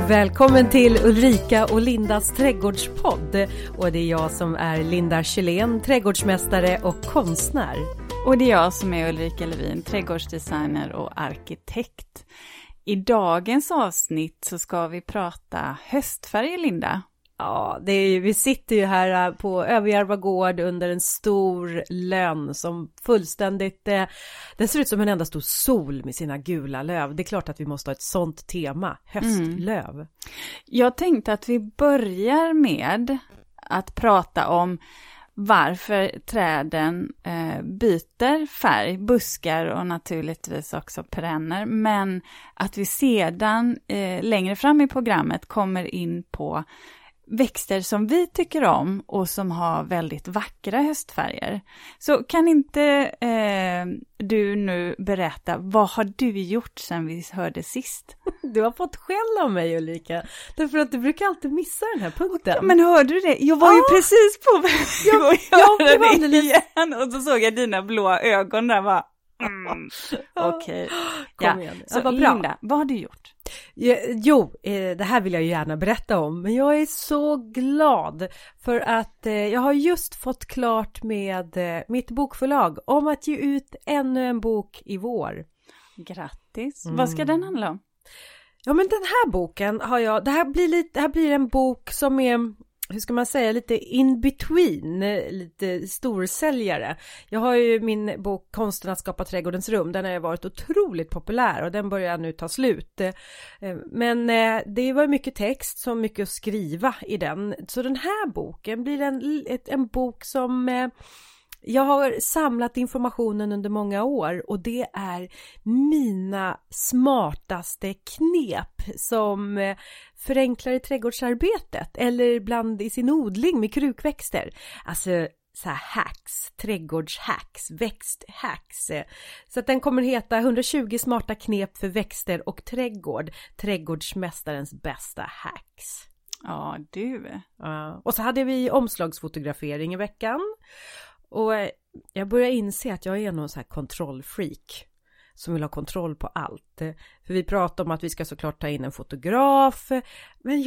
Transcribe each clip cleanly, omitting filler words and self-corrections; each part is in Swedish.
Välkommen till Ulrika och Lindas trädgårdspodd. Och det är jag som är Linda Kjellén, trädgårdsmästare och konstnär. Och det är jag som är Ulrika Levin, trädgårdsdesigner och arkitekt. I dagens avsnitt så ska vi prata höstfärger, Linda. Ja, vi sitter ju här på Överjärva gård under en stor lönn som fullständigt, den ser ut som en enda stor sol med sina gula löv. Det är klart att vi måste ha ett sånt tema, höstlöv. Jag tänkte att vi börjar med att prata om varför träden byter färg, buskar och naturligtvis också perenner. Men att vi sedan längre fram i programmet kommer in på växter som vi tycker om och som har väldigt vackra höstfärger. Så kan inte du nu berätta, vad har du gjort sedan vi hörde sist? Du har fått skäll av mig, Ulrika. Därför att du brukar alltid missa den här punkten. Men hörde du det? Jag var ju precis på väg att göra det igen. Och så såg jag dina blåa ögon där va. Okej. Kom igen. Så Linda, vad har du gjort? Det här vill jag ju gärna berätta om. Men jag är så glad för att jag har just fått klart med mitt bokförlag om att ge ut ännu en bok i vår. Grattis. Vad ska den handla om? Ja, men den här boken har jag... Det här blir en bok som är... Hur ska man säga, lite in between, lite storsäljare. Jag har ju min bok Konsten att skapa trädgårdens rum. Den har varit otroligt populär och den börjar nu ta slut. Men det var mycket text, så mycket att skriva i den. Så den här boken blir en bok som... Jag har samlat informationen under många år och det är mina smartaste knep som förenklar i trädgårdsarbetet eller ibland i sin odling med krukväxter. Alltså så här hacks, trädgårdshacks, växthacks. Så att den kommer heta 120 smarta knep för växter och trädgård. Trädgårdsmästarens bästa hacks. Ja, du. Och så hade vi omslagsfotografering i veckan. Och jag börjar inse att jag är någon så här kontrollfreak som vill ha kontroll på allt. För vi pratar om att vi ska såklart ta in en fotograf. Men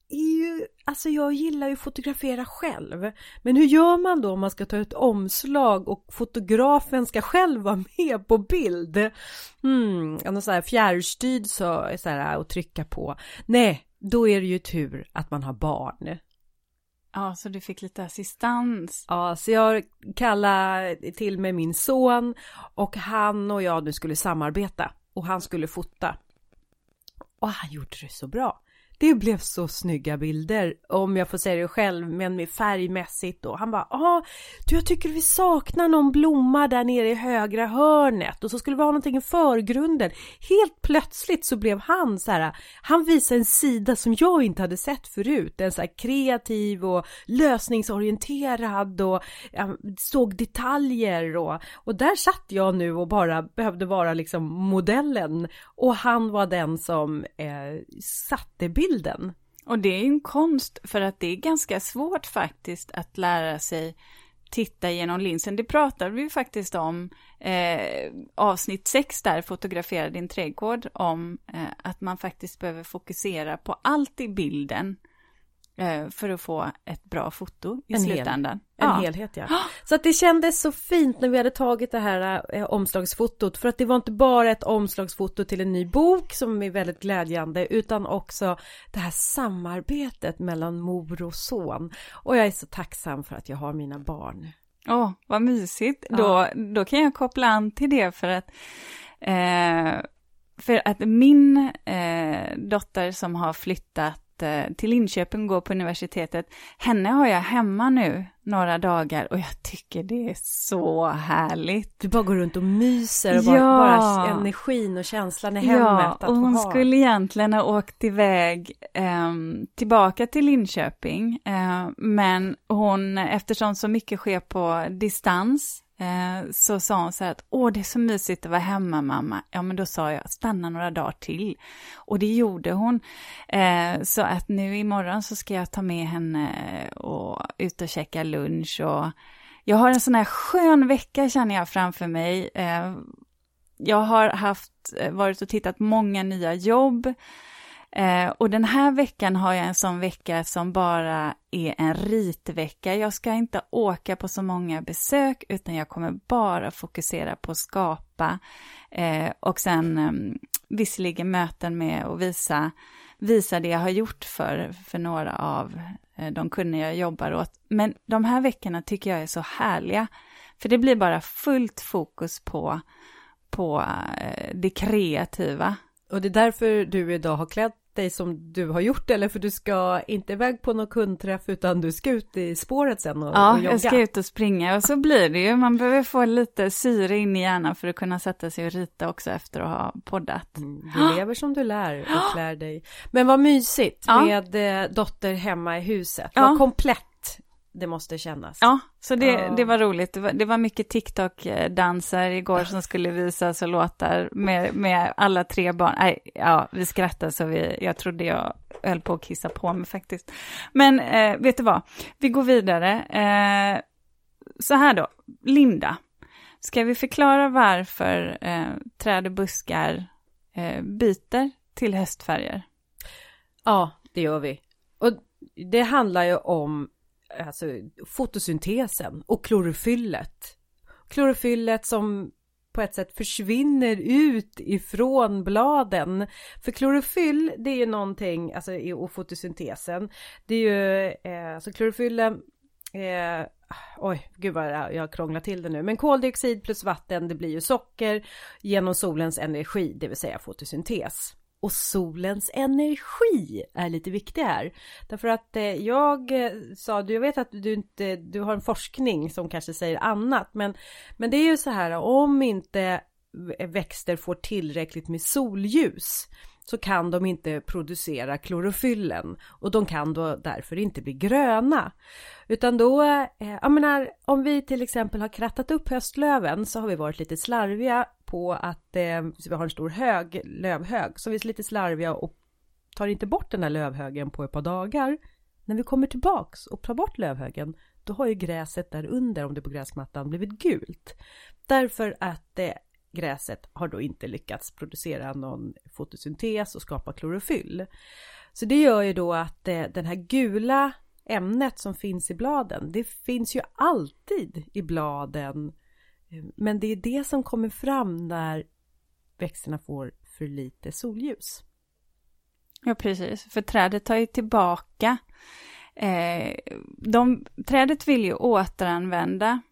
jag gillar ju att fotografera själv. Men hur gör man då om man ska ta ett omslag och fotografen ska själv vara med på bild? Någon så här fjärrstyrd så här att trycka på. Nej, då är det ju tur att man har barn. Ja, så du fick lite assistans. Ja, så jag kallade till med min son och han och jag nu skulle samarbeta och han skulle fota. Och han gjorde det så bra. Det blev så snygga bilder, om jag får säga det själv, men med färgmässigt. Och han bara, jag tycker vi saknar någon blomma där nere i högra hörnet. Och så skulle det vara någonting i förgrunden. Helt plötsligt så blev han så här, han visade en sida som jag inte hade sett förut. En så här kreativ och lösningsorienterad och såg detaljer. Och där satt jag nu och bara behövde vara liksom modellen. Och han var den som satte bilden. Och det är ju en konst för att det är ganska svårt faktiskt att lära sig titta genom linsen. Det pratade vi faktiskt om avsnitt 6 där, fotografera din trädgård, om att man faktiskt behöver fokusera på allt i bilden för att få ett bra foto i slutändan. En helhet, ja. Så att det kändes så fint när vi hade tagit det här omslagsfotot. För att det var inte bara ett omslagsfoto till en ny bok som är väldigt glädjande. Utan också det här samarbetet mellan mor och son. Och jag är så tacksam för att jag har mina barn. Vad mysigt. Ja. Då kan jag koppla an till det för att min dotter som har flyttat till Linköping, går på universitetet. Henne har jag hemma nu några dagar och jag tycker det är så härligt. Du bara går runt och myser och bara energin och känslan i hemmet. Ja, och hon skulle egentligen ha åkt iväg tillbaka till Linköping. Men hon, eftersom så mycket sker på distans, så sa hon så här att det är så mysigt att vara hemma, mamma. Ja, men då sa jag, stanna några dagar till. Och det gjorde hon. Så att nu imorgon så ska jag ta med henne och ut och käka lunch. Och jag har en sån här skön vecka, känner jag, framför mig. Jag har varit och tittat många nya jobb. Och den här veckan har jag en sån vecka som bara är en ritvecka. Jag ska inte åka på så många besök utan jag kommer bara fokusera på att skapa. Och sen visserligen möten med och visa det jag har gjort för några av de kunder jag jobbar åt. Men de här veckorna tycker jag är så härliga. För det blir bara fullt fokus på det kreativa. Och det är därför du idag har klätt dig som du har gjort, eller för du ska inte iväg på någon kundträff utan du ska ut i spåret sen och jogga? Ja, jag ska ut och springa och så blir det ju. Man behöver få lite syre in i hjärnan för att kunna sätta sig och rita också efter att ha poddat. Du lever som du lär och klär dig. Men vad mysigt med dotter hemma i huset. Vad komplett det måste kännas. Ja, så det var roligt. Det var mycket TikTok-danser igår som skulle visas och låtar med alla 3 barn. Nej, vi skrattade så jag trodde jag höll på att kissa på mig faktiskt. Men vet du vad? Vi går vidare. Så här då, Linda. Ska vi förklara varför träd och buskar byter till höstfärger? Ja, det gör vi. Och det handlar ju om fotosyntesen och klorofyllet. Klorofyllet som på ett sätt försvinner ut ifrån bladen. För klorofyll, det är ju någonting, och fotosyntesen, det är ju, klorofyllen, gud vad jag krånglar till det nu. Men koldioxid plus vatten, det blir ju socker genom solens energi, det vill säga fotosyntes. Och solens energi är lite viktig här. Därför att jag vet att du har en forskning som kanske säger annat. Men det är ju så här, om inte växter får tillräckligt med solljus så kan de inte producera klorofyllen. Och de kan då därför inte bli gröna. Utan då, om vi till exempel har krattat upp höstlöven så har vi varit lite slarviga på att vi har en stor lövhög. Så vi är lite slarviga och tar inte bort den här lövhögen på ett par dagar. När vi kommer tillbaks och tar bort lövhögen, då har ju gräset där under, om det är på gräsmattan, blivit gult. Därför att gräset har då inte lyckats producera någon fotosyntes och skapa klorofyll. Så det gör ju då att den här gula ämnet som finns i bladen, det finns ju alltid i bladen. Men det är det som kommer fram när växterna får för lite solljus. Ja, precis. För trädet tar ju tillbaka. Trädet vill ju återanvända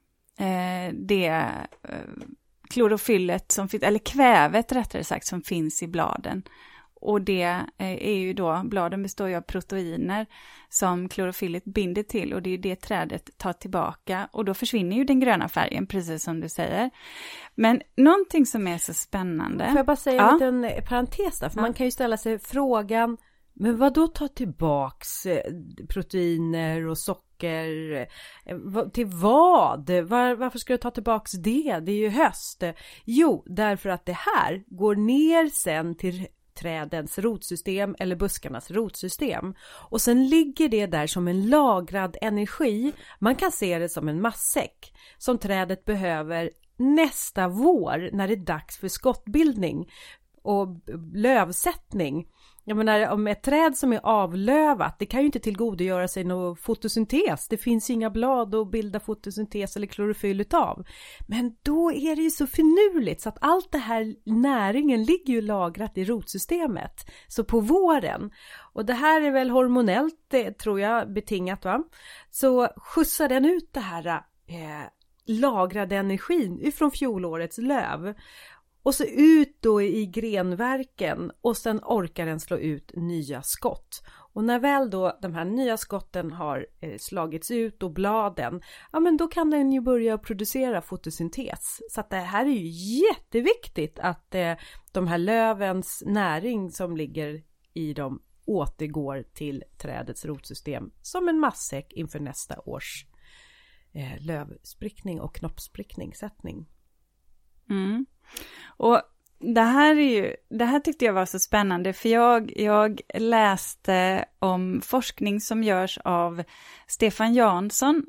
det klorofyllet som finns, eller kvävet rättare sagt, som finns i bladen. Och det är ju då, bladen består ju av proteiner som klorofyllet binder till, och det är ju det trädet tar tillbaka, och då försvinner ju den gröna färgen, precis som du säger. Men någonting som är så spännande... Får jag bara säga en liten parentes där, för man kan ju ställa sig frågan, men vad då ta tillbaks proteiner och socker? Till vad? Varför ska du ta tillbaks det? Det är ju höst. Jo, därför att det här går ner sen till trädens rotsystem eller buskarnas rotsystem. Och sen ligger det där som en lagrad energi. Man kan se det som en matsäck som trädet behöver nästa vår när det är dags för skottbildning och lövsättning. Jag menar, om ett träd som är avlövat, det kan ju inte tillgodogöra sig någon fotosyntes. Det finns ju inga blad att bilda fotosyntes eller klorofyll utav. Men då är det ju så finurligt så att allt det här näringen ligger ju lagrat i rotsystemet. Så på våren, och det här är väl hormonellt tror jag betingat, va? Så skjutsar den ut det här lagrade energin ifrån fjolårets löv. Och så ut då i grenverken, och sen orkar den slå ut nya skott. Och när väl då de här nya skotten har slagits ut och bladen, ja men då kan den ju börja producera fotosyntes. Så att det här är ju jätteviktigt att de här lövens näring som ligger i dem återgår till trädets rotsystem som en matsäck inför nästa års lövsprickning och knoppsprickningssättning. Mm. Och det här tyckte jag var så spännande, för jag läste om forskning som görs av Stefan Jansson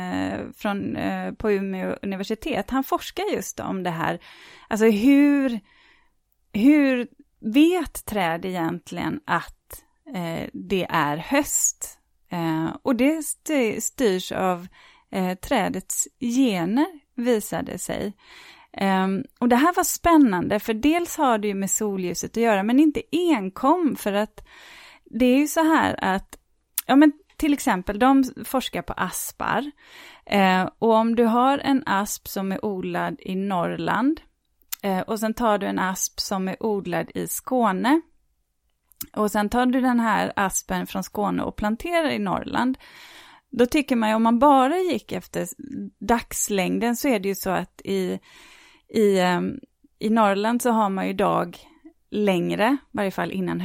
på Umeå universitet. Han forskar just om det här, alltså hur vet träd egentligen att det är höst? Och det styrs av trädets gener, visade sig. Och det här var spännande, för dels har det ju med solljuset att göra, men inte enkom, för att det är ju så här att, ja men till exempel, de forskar på aspar. Och om du har en asp som är odlad i Norrland och sen tar du en asp som är odlad i Skåne och sen tar du den här aspen från Skåne och planterar i Norrland, då tycker man ju, om man bara gick efter dagslängden, så är det ju så att i Norrland så har man ju dag längre, i varje fall innan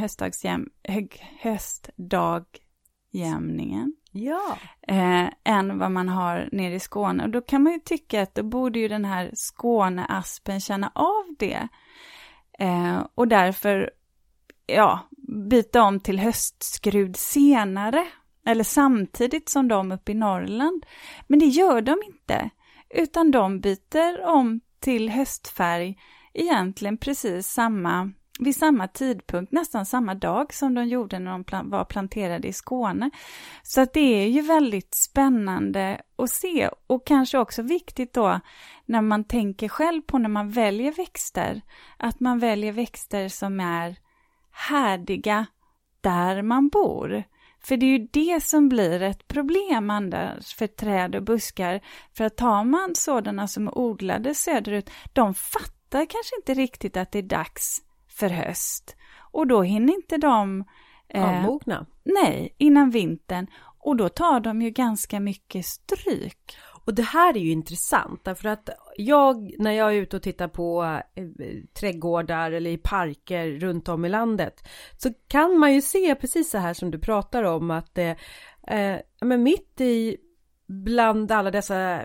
höstdagjämningen. Ja. Än vad man har nere i Skåne. Och då kan man ju tycka att då borde ju den här Skåneaspen känna av det. Och därför byta om till höstskrud senare. Eller samtidigt som de uppe i Norrland. Men det gör de inte. Utan de byter om till höstfärg egentligen precis vid samma tidpunkt, nästan samma dag som de gjorde när de var planterade i Skåne. Så att det är ju väldigt spännande att se, och kanske också viktigt då när man tänker själv på när man väljer växter, att man väljer växter som är härdiga där man bor. För det är ju det som blir ett problem annars för träd och buskar. För att tar man sådana som är odlade söderut, de fattar kanske inte riktigt att det är dags för höst. Och då hinner inte de avmogna. Nej, innan vintern. Och då tar de ju ganska mycket stryk. Och det här är ju intressant, därför att när jag är ute och tittar på trädgårdar eller i parker runt om i landet, så kan man ju se precis så här som du pratar om, att men mitt i bland alla dessa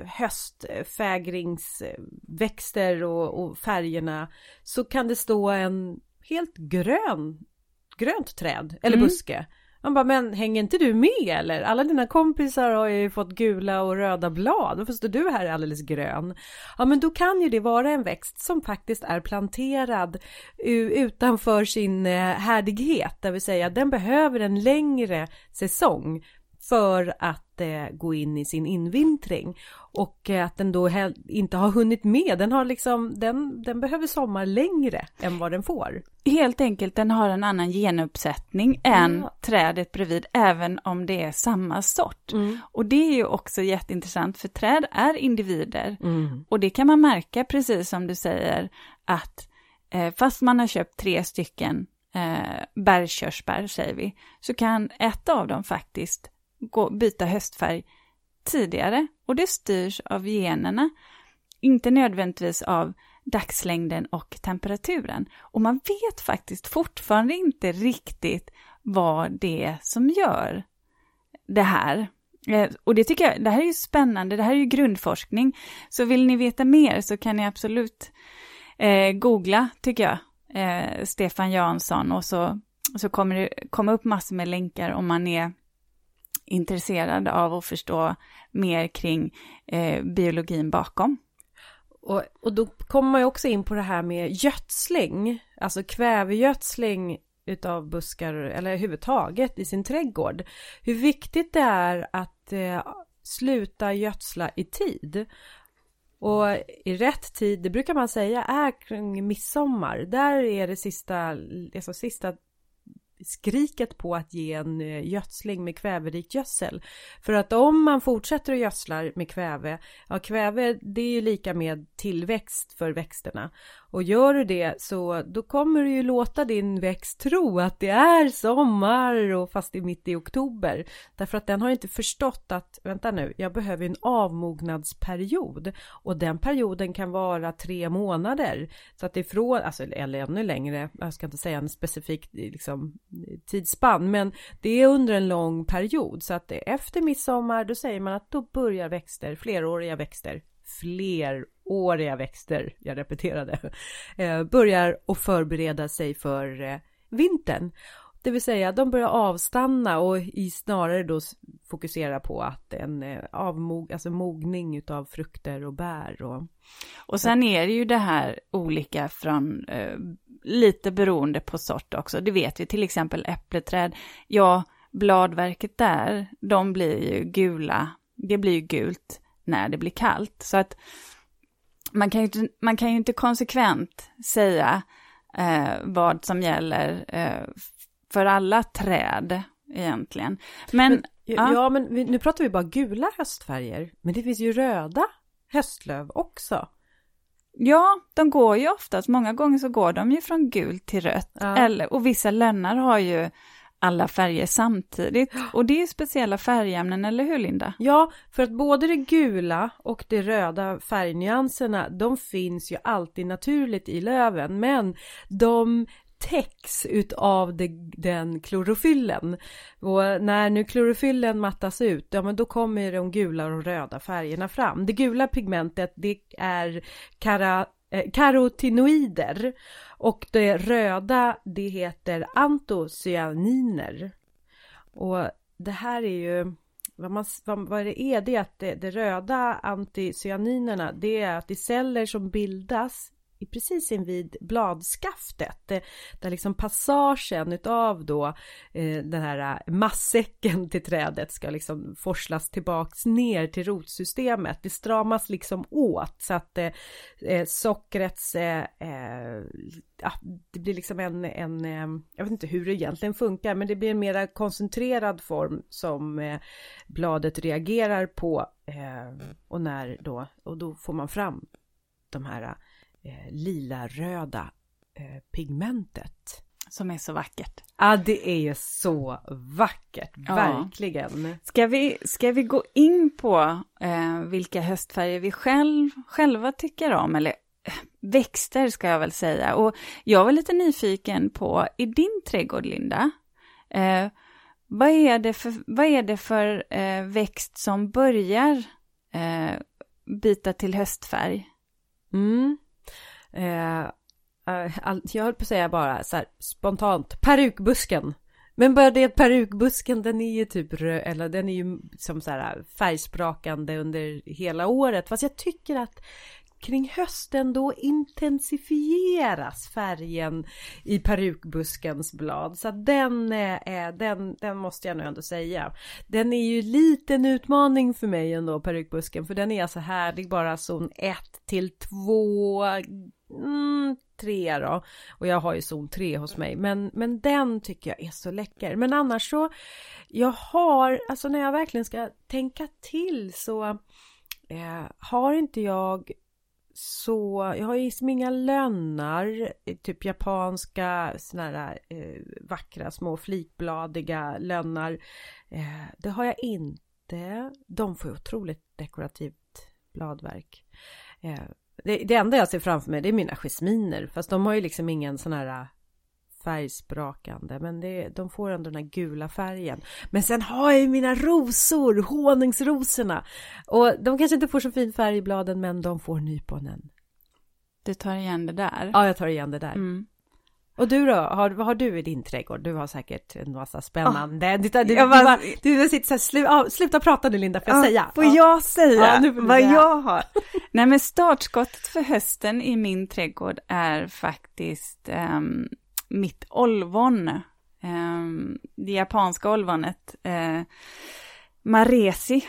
höstfägringsväxter och färgerna, så kan det stå en helt grönt träd eller buske. Man bara, men hänger inte du med eller? Alla dina kompisar har ju fått gula och röda blad. Varför står du här alldeles grön? Ja, men då kan ju det vara en växt som faktiskt är planterad utanför sin härdighet. Det vill säga, den behöver en längre säsong för att gå in i sin invintring, och att den då inte har hunnit med. Den har den behöver sommar längre än vad den får. Helt enkelt, den har en annan genuppsättning än trädet bredvid, även om det är samma sort. Och det är ju också jätteintressant, för träd är individer. Och det kan man märka, precis som du säger, att fast man har köpt 3 stycken bergkörsbär, säger vi, så kan ett av dem faktiskt byta höstfärg tidigare, och det styrs av generna, inte nödvändigtvis av dagslängden och temperaturen. Och man vet faktiskt fortfarande inte riktigt vad det är som gör det här. Och det tycker jag, det här är ju spännande, det här är ju grundforskning. Så vill ni veta mer så kan ni absolut googla, tycker jag, Stefan Jansson, och så kommer det komma upp massor med länkar om man är intresserad av att förstå mer kring biologin bakom. Och då kommer man ju också in på det här med gödsling, alltså kvävegödsling utav buskar eller överhuvudtaget i sin trädgård. Hur viktigt det är att sluta gödsla i tid. Och i rätt tid, det brukar man säga, är kring midsommar. Där är det sista skriket på att ge en gödsling med kväverikt gödsel. För att om man fortsätter att gödsla med kväve, kväve det är ju lika med tillväxt för växterna. Och gör du det, så då kommer du ju låta din växt tro att det är sommar, och fast det är mitt i oktober. Därför att den har inte förstått att, vänta nu, jag behöver en avmognadsperiod. Och den perioden kan vara 3 månader. Så att ifrån, eller ännu längre, jag ska inte säga en specifik tidsspann, men det är under en lång period. Så att efter midsommar, då säger man att då börjar växter, fleråriga växter, jag repeterade, börjar att förbereda sig för vintern. Det vill säga, de börjar avstanna och snarare då fokusera på att en mogning utav frukter och bär. Och sen är det ju det här olika från lite beroende på sort också. Det vet vi, till exempel äppleträd. Ja, bladverket där, de blir ju gula. Det blir ju gult när det blir kallt. Så att man kan ju inte konsekvent säga vad som gäller för alla träd egentligen. Men nu pratar vi bara gula höstfärger. Men det finns ju röda höstlöv också. Ja, de går ju oftast. Många gånger så går de ju från gult till rött. Ja. Och vissa lönnar har ju alla färger samtidigt. Och det är ju speciella färgämnen, eller hur Linda? Ja, för att både det gula och det röda färgnyanserna, de finns ju alltid naturligt i löven. Men de täcks utav den klorofyllen. Och när nu klorofyllen mattas ut, ja men då kommer de gula och röda färgerna fram. Det gula pigmentet, det är karotinoider, och det röda, det heter antocyaniner. Och det här är ju vad det är, det är att det röda antocianinerna, det är att i celler som bildas precis invid bladskaftet, där liksom passagen utav då den här massäcken till trädet ska liksom forslas tillbaks ner till rotsystemet. Det stramas liksom åt så att sockrets det blir liksom en jag vet inte hur det egentligen funkar, men det blir en mera koncentrerad form som bladet reagerar på, och då får man fram de här lila-röda pigmentet. Som är så vackert. Ja, det är ju så vackert, verkligen. Ska vi gå in på vilka höstfärger vi själva tycker om, eller växter ska jag väl säga. Och jag var lite nyfiken på, i din trädgård Linda, vad är det för växt som börjar byta till höstfärg? Jag höll på att säga bara så här, spontant, perukbusken. Men bara det att perukbusken, den är ju typ eller den är ju som så här färgsprakande under hela året. Fast jag tycker att kring hösten då intensifieras färgen i perukbuskens blad. Så att den måste jag nog ändå säga. Den är ju lite en utmaning för mig ändå, perukbusken. För den är så härlig, bara zon 1 till 2, 3 då. Och jag har ju zon 3 hos mig. Men den tycker jag är så läcker. Men annars så, alltså när jag verkligen ska tänka till så har inte jag har ju inga lönnar, typ japanska såna här vackra små flikbladiga lönnar. Det har jag inte. De får otroligt dekorativt bladverk. Det enda jag ser framför mig, det är mina jasminer, fast de har ju liksom ingen sån här färgsprakande, men de får ändå den här gula färgen. Men sen har jag ju mina rosor, honungsrosorna, och de kanske inte får så fin färg i bladen, men de får nyponen. Du tar igen det där? Ja, jag tar igen det där. Och du då? Vad har du i din trädgård? Du har säkert en massa spännande. Du sitter så här, sluta prata nu Linda, får jag säga? Får jag säga vad jag har? Nej, men startskottet för hösten i min trädgård är faktiskt mitt olvon. Det japanska olvonet. Mariesi.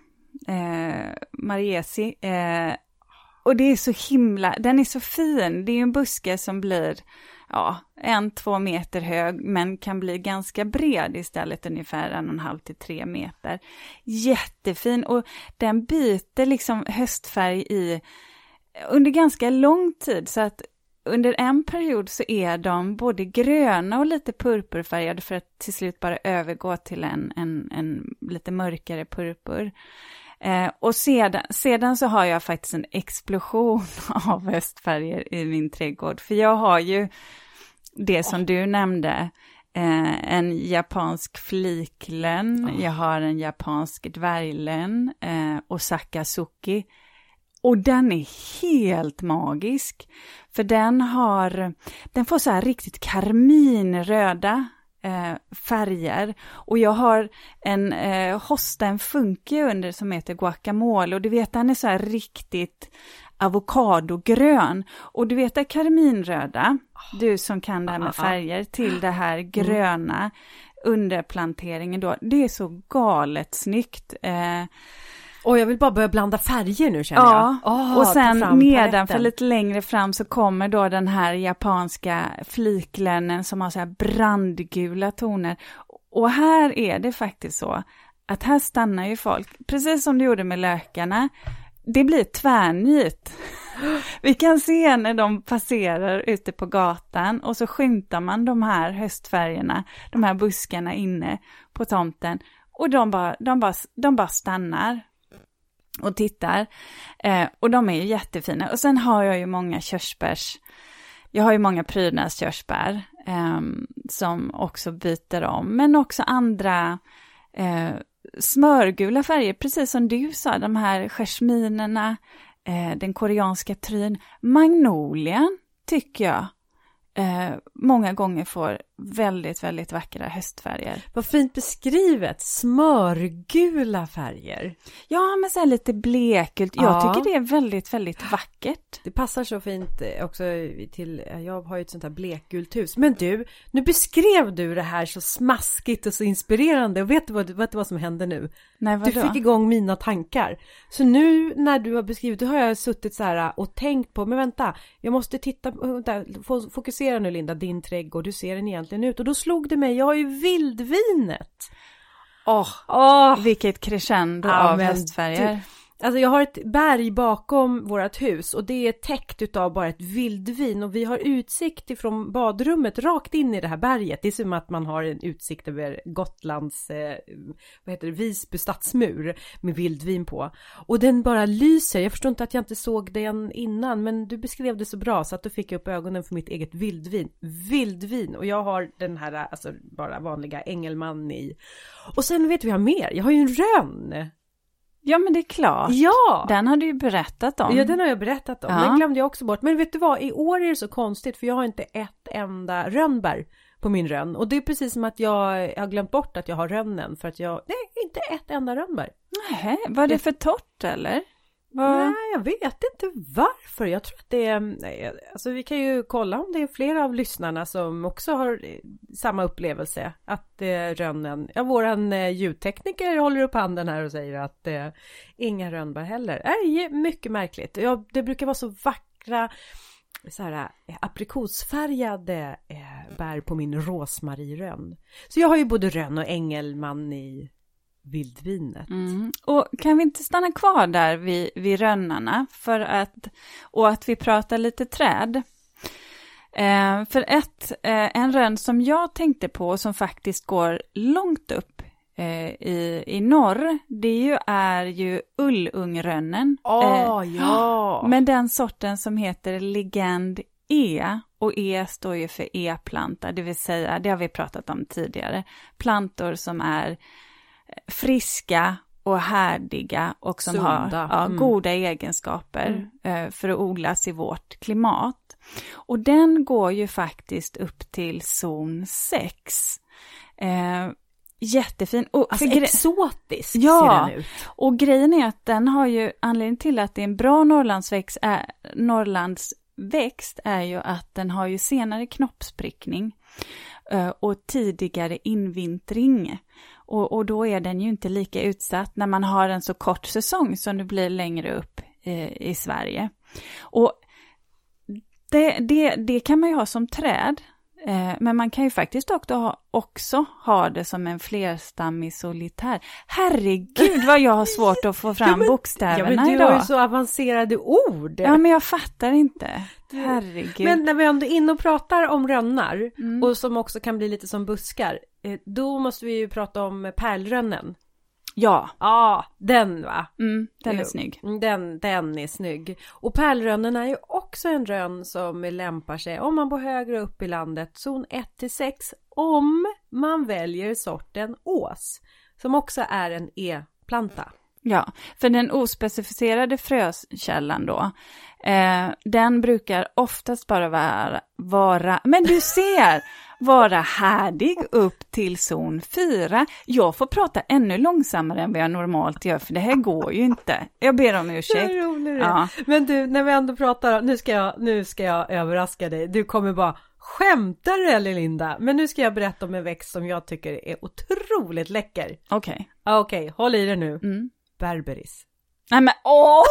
Och det är så himla, den är så fin. Det är en buske som blir 1-2 meter hög, men kan bli ganska bred istället, ungefär 1,5 till 3 meter. Jättefin, och den byter liksom höstfärg under ganska lång tid, så att under en period så är de både gröna och lite purpurfärgade, för att till slut bara övergå till en lite mörkare purpur. Och sedan så har jag faktiskt en explosion av höstfärger i min trädgård. För jag har ju det som du nämnde, en japansk fliklön, jag har en japansk dvärglön, och Sakazuki. Och den är helt magisk. För den får så här riktigt karminröda färger. Och jag har en hosta, en funky under, som heter guacamole. Och du vet, den är så här riktigt avokadogrön. Och du vet det karminröda, du som kan det här med färger, till det här gröna underplanteringen då. Det är så galet snyggt. Och jag vill bara börja blanda färger nu känner jag. Och sen nedanför lite längre fram så kommer då den här japanska fliklännen som har så här brandgula toner. Och här är det faktiskt så att här stannar ju folk, precis som det gjorde med lökarna. Det blir tvärnit. Vi kan se när de passerar ute på gatan och så skymtar man de här höstfärgerna, de här buskarna inne på tomten. Och de bara stannar och tittar. Och de är ju jättefina. Och sen har jag ju många jag har ju många prydnadskörsbär som också byter om. Men också andra smörgula färger, precis som du sa, de här jasminerna, den koreanska tryn, magnolian tycker jag många gånger får väldigt, väldigt vackra höstfärger. Vad fint beskrivet, smörgula färger. Ja, men så här lite blekgult. Jag tycker det är väldigt, väldigt vackert. Det passar så fint också till, jag har ju ett sånt här blekgult hus. Men du, nu beskrev du det här så smaskigt och så inspirerande. Och vet du vad som händer nu? Nej, vadå? Du fick igång mina tankar. Så nu när du har beskrivit, då har jag suttit så här och tänkt på, men vänta, jag måste titta, fokusera nu Linda, din trädgård, du ser den egentligen ut. Och då slog det mig, jag har ju vildvinet. Vilket crescendo av höstfärger. Alltså jag har ett berg bakom vårt hus och det är täckt utav bara ett vildvin och vi har utsikt ifrån badrummet rakt in i det här berget. Det är som att man har en utsikt över Gotlands Visby stadsmur med vildvin på. Och den bara lyser. Jag förstår inte att jag inte såg den innan, men du beskrev det så bra så att du fick upp ögonen för mitt eget vildvin. Och jag har den här alltså bara vanliga Engelman i. Och sen vet vi har mer. Jag har ju en rönn. Ja, men det är klart. Ja! Den har du ju berättat om. Ja, den har jag berättat om. Den glömde jag också bort. Men vet du vad? I år är det så konstigt för jag har inte ett enda rönnbär på min rönn. Och det är precis som att jag har glömt bort att jag har rönnen. För att nej, inte ett enda rönnbär. Nej, var det för torrt eller? Nej, jag vet inte varför. Jag tror att det är... Alltså vi kan ju kolla om det är flera av lyssnarna som också har samma upplevelse. Att rönnen... Ja, våran ljudtekniker håller upp handen här och säger att inga rönnbär heller. Det är mycket märkligt. Det brukar vara så vackra... så här aprikosfärgade bär på min rosmarirönn. Så jag har ju både rönn och Engelman i vildvinet. Och kan vi inte stanna kvar där vid rönnarna för att vi pratar lite träd? För en rönn som jag tänkte på som faktiskt går långt upp i norr, det är ju ullungrönnen. Ja. Men den sorten som heter Legend E, och E står ju för E-planta, det vill säga, det har vi pratat om tidigare, plantor som är friska och härdiga och som har goda egenskaper för att odlas i vårt klimat. Och den går ju faktiskt upp till zon 6. Jättefin. Och alltså exotisk ser den ut. Och grejen är att den har ju, anledningen till att det är en bra Norrlandsväxt är ju att den har ju senare knoppsprickning och tidigare invintring. Och då är den ju inte lika utsatt när man har en så kort säsong som det blir längre upp i Sverige. Och det kan man ju ha som träd. Men man kan ju faktiskt också ha det som en flerstammig solitär. Herregud vad jag har svårt att få fram bokstäverna idag. Men du har ju så avancerade ord. Ja, men jag fattar inte. Herregud. Men när vi ändå är inne och pratar om rönnar och som också kan bli lite som buskar, då måste vi ju prata om pärlrönnen. Ja, den va? Den är snygg. Den är snygg. Och pärlrönnen är ju också en rönn som lämpar sig om man bor högre upp i landet, zon 1-6, om man väljer sorten ås, som också är en E-planta. Ja, för den ospecificerade frökällan då, den brukar oftast bara vara, men du ser, vara härdig upp till zon 4. Jag får prata ännu långsammare än vad jag normalt gör, för det här går ju inte. Jag ber om ursäkt. Ja. Men du, när vi ändå pratar, nu ska jag överraska dig. Du kommer bara, skämtar du eller Linda? Men nu ska jag berätta om en växt som jag tycker är otroligt läcker. Okej, håll i det nu. Berberis. Nej men,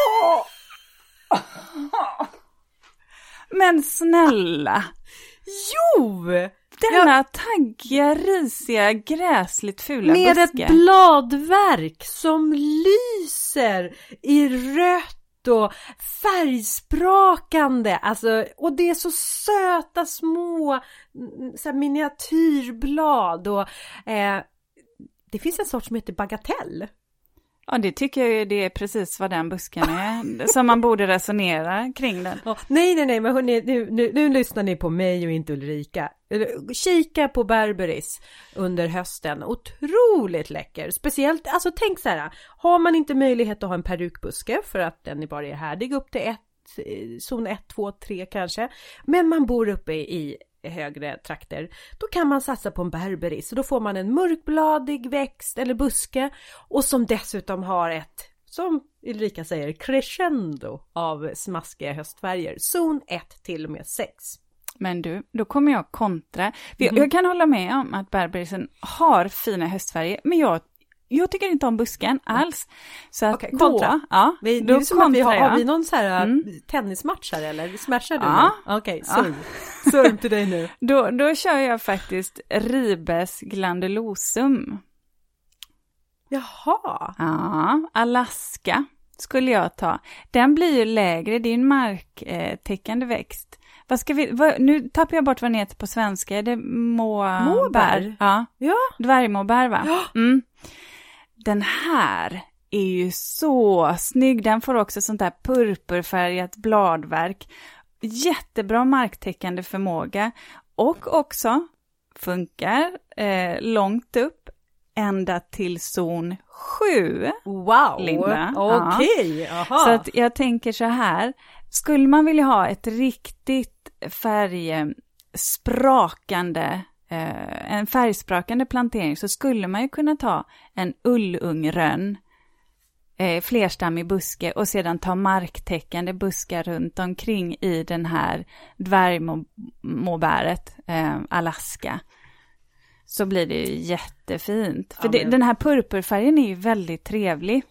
Men snälla. Jo! Denna taggiga, risiga, gräsligt fula med buske. Ett bladverk som lyser i rött och färgsprakande. Alltså, och det är så söta små så här, miniatyrblad. Och, det finns en sort som heter bagatell. Ja, det tycker jag ju, det är precis vad den busken är. Som man borde resonera kring den. Nej, men hörni, nu lyssnar ni på mig och inte Ulrika. Kika på Berberis under hösten. Otroligt läcker. Speciellt, alltså tänk så här. Har man inte möjlighet att ha en perukbuske för att den bara är härdig upp till zon 1, 2, 3 kanske. Men man bor uppe i högre trakter, då kan man satsa på en berberis och då får man en mörkbladig växt eller buske och som dessutom har ett, som Ulrika säger, crescendo av smaskiga höstfärger, zon 1 till och med 6. Men du, då kommer jag kontra. Jag kan hålla med om att berberisen har fina höstfärger, men jag tycker inte om busken alls. Så att okej, kontra. Ja, det är som att har vi någon så här tennismatch här eller? Smashar du nu? Okej, surm till dig nu. Då kör jag faktiskt Ribes glandulosum. Jaha. Ja, Alaska skulle jag ta. Den blir ju lägre, det är en marktäckande växt. Nu tappar jag bort vad den heter på svenska. Är det måbär? Ja. Dvärgmåbär, va? Ja. Den här är ju så snygg. Den får också sånt där purpurfärgat bladverk. Jättebra marktäckande förmåga. Och också funkar långt upp ända till zon 7. Wow, Linda. okej. Ja. Så att jag tänker så här. Skulle man vilja ha ett riktigt en färgsprakande plantering, så skulle man ju kunna ta en ullungrönn flerstammig buske och sedan ta marktäckande buskar runt omkring i den här dvärgmåbäret Alaska. Så blir det ju jättefint. För den här purpurfärgen är ju väldigt trevlig.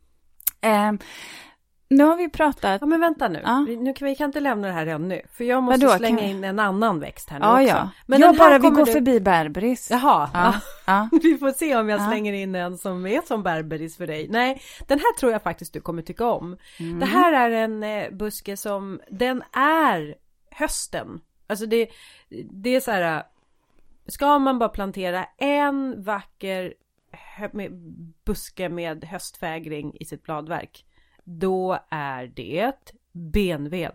Nu har vi pratat... Ja, men vänta nu. Ja. Vi kan inte lämna det här ännu. För jag måste slänga in en annan växt här nu också. Ja. Men vi går förbi berberis. Jaha. Ja. Vi får se om jag slänger in en som är som berberis för dig. Nej, den här tror jag faktiskt du kommer tycka om. Det här är en buske som... Den är hösten. Alltså det är så här... Ska man bara plantera en vacker buske med höstfägring i sitt bladverk, då är det benved.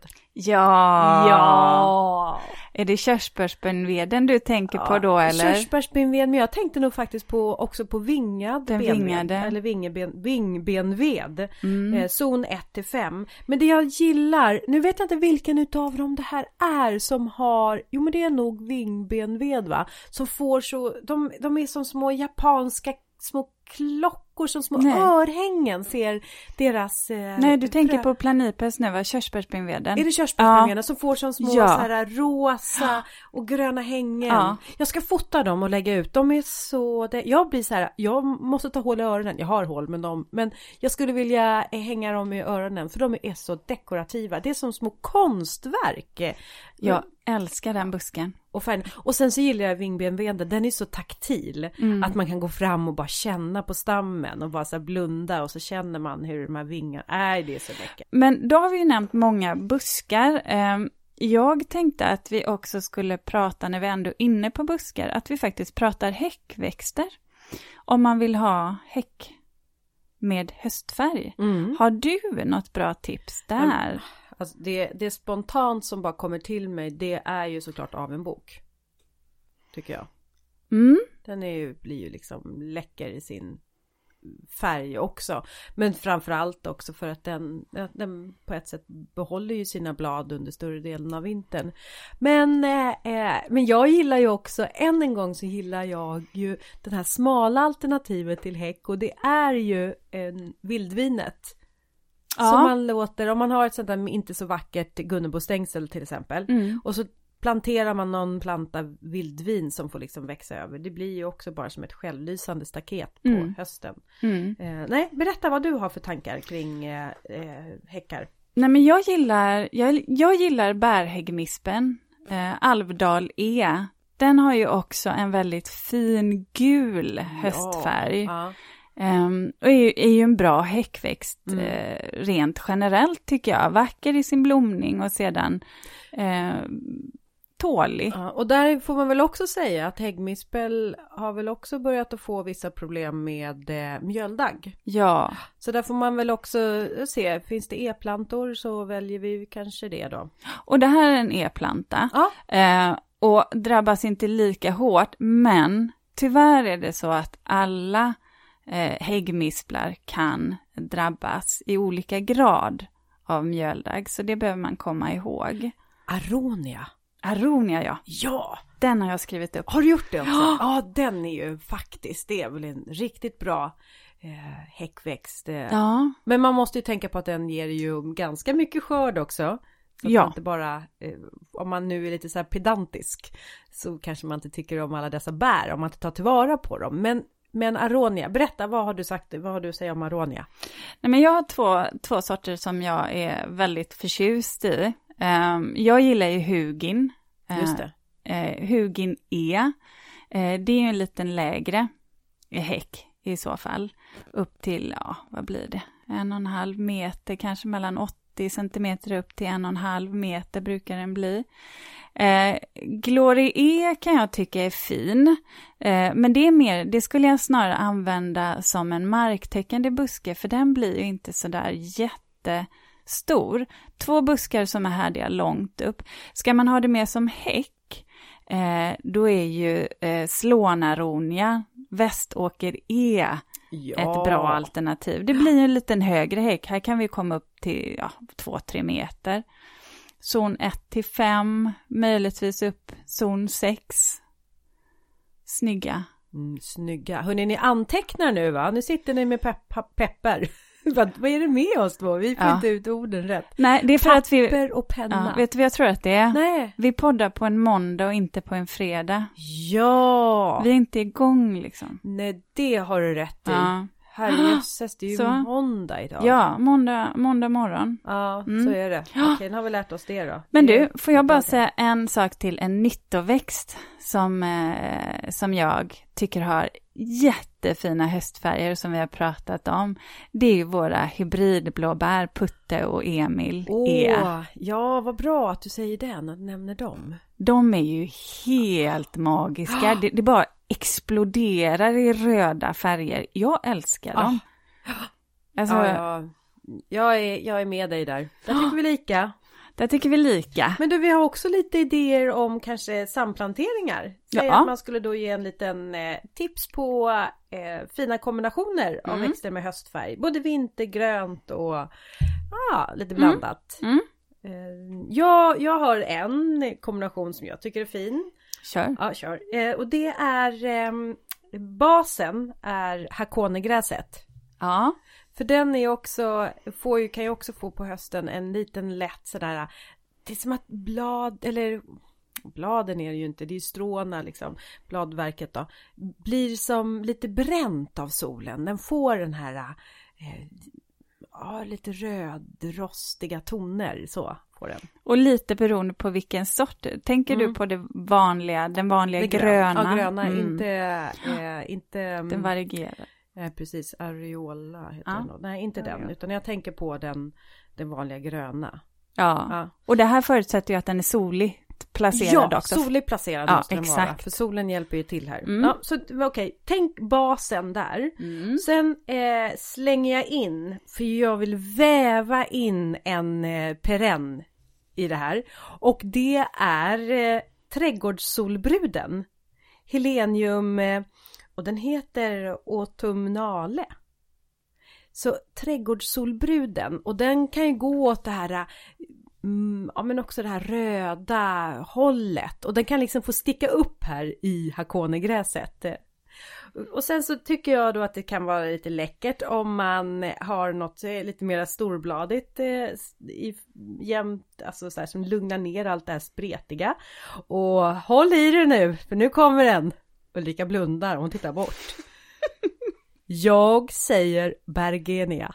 Ja. Är det körsbärsbenveden du tänker på då, eller? Körsbärsbenved, men jag tänkte nog faktiskt också på vingad benved. Eller vingbenved. Zon 1-5. Men det jag gillar, nu vet jag inte vilken utav dem det här är som har, jo men det är nog vingbenved, va? Som får så, de är som små japanska små klockor som små örhängen, ser deras... Nej, du tänker på planipes nu, va? Körsbärsbenveden. Är det körsbärsbenveden som får som små så här rosa och gröna hängen? Ja. Jag ska fota dem och lägga ut. De är så... Jag blir så här, jag måste ta hål i öronen. Jag har hål med dem, men jag skulle vilja hänga dem i öronen för de är så dekorativa. Det är som små konstverk. Jag älskar den busken. Och sen så gillar jag vingbenveden. Den är så taktil att man kan gå fram och bara känna på stammen och bara så blunda och så känner man hur de här vingarna är. Det är så läckert. Men då har vi ju nämnt många buskar. Jag tänkte att vi också skulle prata, när vi ändå är inne på buskar, att vi faktiskt pratar häckväxter. Om man vill ha häck med höstfärg. Har du något bra tips där? Alltså det spontant som bara kommer till mig, det är ju såklart avenbok. Tycker jag. Den blir ju liksom läcker i sin färg också. Men framförallt också för att den på ett sätt behåller ju sina blad under större delen av vintern. Men jag gillar ju också, än en gång så gillar jag ju den här smala alternativet till häck, och det är ju vildvinet. Ja. Som man låter, om man har ett sånt där inte så vackert Gunnebostängsel till exempel, och så planterar man någon planta vildvin som får liksom växa över. Det blir ju också bara som ett självlysande staket på hösten. Nej, berätta vad du har för tankar kring häckar. Nej, men jag gillar bärhäggmispen, Alvdal E. Den har ju också en väldigt fin gul höstfärg. Ja. Och är ju en bra häckväxt rent generellt tycker jag. Vacker i sin blomning och sedan tålig. Ja, och där får man väl också säga att häggmispel har väl också börjat att få vissa problem med mjöldagg. Ja. Så där får man väl också se, finns det e-plantor så väljer vi kanske det då. Och det här är en e-planta. Ja. Och drabbas inte lika hårt, men tyvärr är det så att alla häggmisplar kan drabbas i olika grad av mjöldagg. Så det behöver man komma ihåg. Aronia, ja. Ja! Den har jag skrivit upp. Har du gjort det också? Ja, den är ju faktiskt, det är väl en riktigt bra häckväxt. Ja. Men man måste ju tänka på att den ger ju ganska mycket skörd också. Så ja. Inte bara, om man nu är lite så här pedantisk så kanske man inte tycker om alla dessa bär om man inte tar tillvara på dem. Men aronia, berätta, vad har du sagt, vad har du att säga om aronia? Nej, men jag har två sorter som jag är väldigt förtjust i. Jag gillar ju Hugin. Just det. Hugin E. Det är ju en liten lägre häck i så fall. Upp till, vad blir det? 1,5 meter, kanske mellan 80 centimeter upp till 1,5 meter brukar den bli. Glory E kan jag tycka är fin. Men det skulle jag snarare använda som en marktäckande buske, för den blir ju inte så där jättestor. 2 buskar som är härdiga långt upp. Ska man ha det mer som häck, då är ju Slånaronia, Väståker E ett bra alternativ. Det blir ju en liten högre häck. Här kan vi komma upp till 2-3 meter. Zon 1-5, möjligtvis upp zon 6. Snygga. Snygga. Hörrni, ni antecknar nu va? Nu sitter ni med pepper. Vad är det med oss då? Vi får inte ut orden rätt. Nej, det är för att vi... Papper och penna. Vet du vad jag tror att det är? Nej. Vi poddar på en måndag och inte på en fredag. Ja! Vi är inte igång liksom. Nej, det har du rätt i. Ja. Herrejösses, det är ju måndag idag. Ja, måndag morgon. Ja, så är det. Okej, nu har vi lärt oss det då. Men du, får jag bara säga en sak till en nyttoväxt som jag tycker har jättefina höstfärger som vi har pratat om. Det är ju våra hybridblåbär, Putte och Emil E. Ja, vad bra att du säger det, att du nämner dem. De är ju helt magiska. Det bara exploderar i röda färger. Jag älskar dem. Alltså, jag är med dig där. Där tycker vi lika. Men du, vi har också lite idéer om kanske samplanteringar. Säg att man skulle då ge en liten tips på fina kombinationer av växter med höstfärg. Både vintergrönt och lite blandat. Jag har en kombination som jag tycker är fin. Kör. Ja, kör. Och det är basen är hakonegräset. Ja. För den är också, kan ju också få på hösten en liten lätt sådär, det är som att bladen är det ju inte, det är ju stråna liksom, bladverket då, blir som lite bränt av solen. Den får den här lite rödrostiga toner, så får den. Och lite beroende på vilken sort. Tänker du på den vanliga gröna? Ja, gröna, inte den varierar. Precis, areola heter den. Nej, inte den, utan jag tänker på den vanliga gröna. Ja, och det här förutsätter ju att den är soligt placerad också. Ja, soligt placerad måste den exakt. vara, för solen hjälper ju till här. Ja, så okej, tänk basen där. Sen slänger jag in, för jag vill väva in en perenn i det här. Och det är trädgårdssolbruden. Helenium, och den heter autumnale. Så trädgårdssolbruden, och den kan ju gå åt det här, ja men också det här röda hållet. Och den kan liksom få sticka upp här i hakonegräset. Och sen så tycker jag då att det kan vara lite läckert om man har något lite mer storbladigt jämt, alltså så här, som lugnar ner allt det här spretiga. Och håll i det nu, för nu kommer den. Ulrika blundar och hon tittar bort. Jag säger Bergenia.